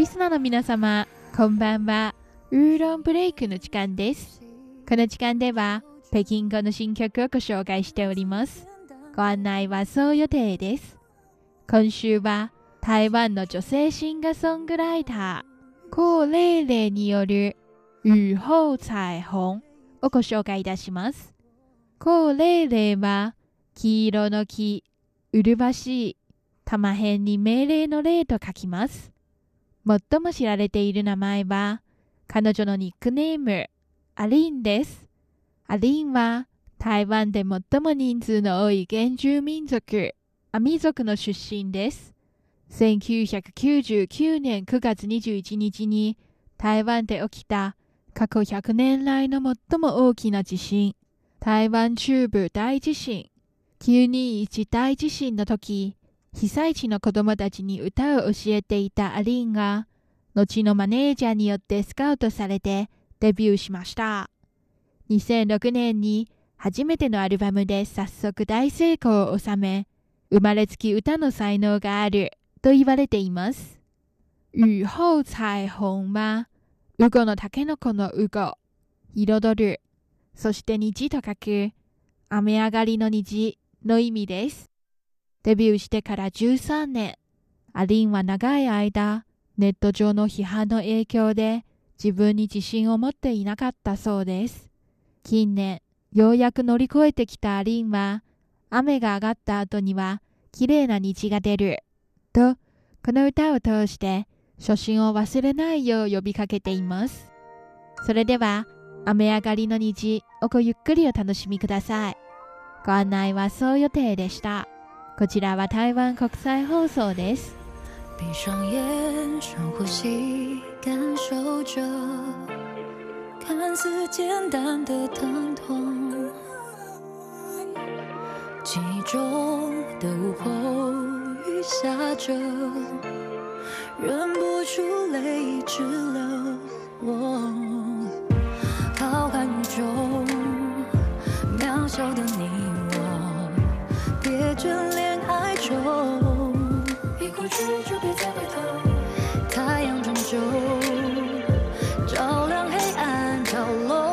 リスナーの皆様、こんばんは。ウーロンブレイクの時間です。この時間では、北京語の新曲をご紹介しております。ご案内はそう予定です。今週は、台湾の女性シンガーソングライター、コウレイレイによる雨後彩虹をご紹介いたします。コウレイレイは、黄色の木、麗しい、玉辺に命令の令と書きます。最も知られている名前は、彼女のニックネーム、アリンです。アリンは、台湾で最も人数の多い原住民族、アミ族の出身です。1999年9月21日に、台湾で起きた過去100年来の最も大きな地震、台湾中部大地震、921大地震の時、被災地の子供たちに歌を教えていたアリンが、後のマネージャーによってスカウトされてデビューしました。2006年に初めてのアルバムで早速大成功を収め、生まれつき歌の才能があると言われています。雨後彩虹は、ウゴのタケノコのウゴ、彩る、そして虹と書く、雨上がりの虹の意味です。デビューしてから13年、アリンは長い間、ネット上の批判の影響で自分に自信を持っていなかったそうです。近年、ようやく乗り越えてきたアリンは、雨が上がった後には綺麗な虹が出る、と、この歌を通して初心を忘れないよう呼びかけています。それでは、雨上がりの虹をごゆっくりお楽しみください。ご案内はそう予定でした。こちらは台湾国際放送です。 闭上眼，深呼吸，感受着看似简单的疼痛。记忆中的午后，雨下着，忍不住泪直流。浩瀚宇宙，渺小的你我，别眷恋哀愁。已过去就别再回头，太阳终究照亮黑暗角落。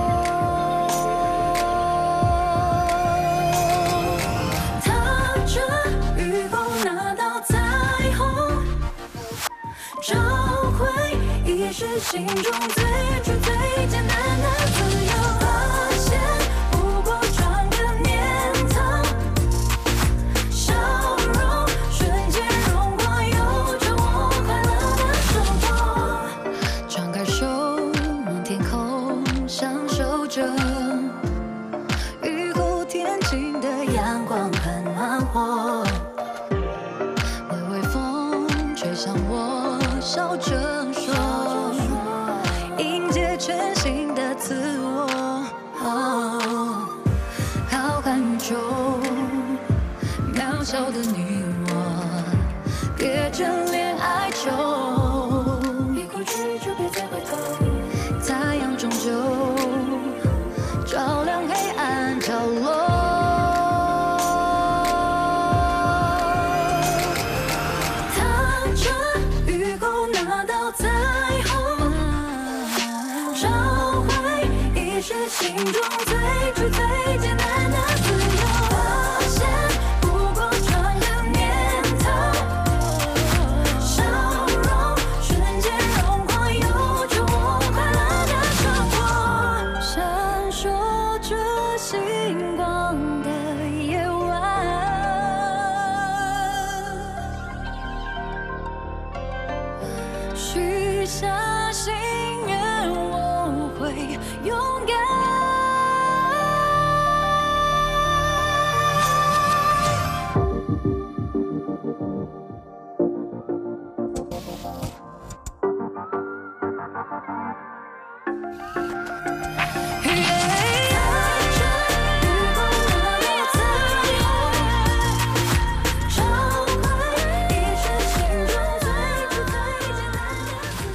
踏着雨后那道彩虹，找回遗失心中最初最简单的自由。发现不过转个念头，笑容瞬间融化，有着我快乐的生活。张开手，望天空，享受着雨后天晴的阳光很暖和。微微风吹向我，笑着说，迎接全新的自我。浩瀚宇宙，渺小的你我，别眷恋哀愁。已过去就别再回头，太阳终究照亮黑暗角落。踏着雨后那道彩虹，找回遗失心中最初最简单的自由。发现不过转个念头，笑容瞬间融化，有着我快乐的生活。闪烁着星光的夜晚，许下心愿，我会勇敢。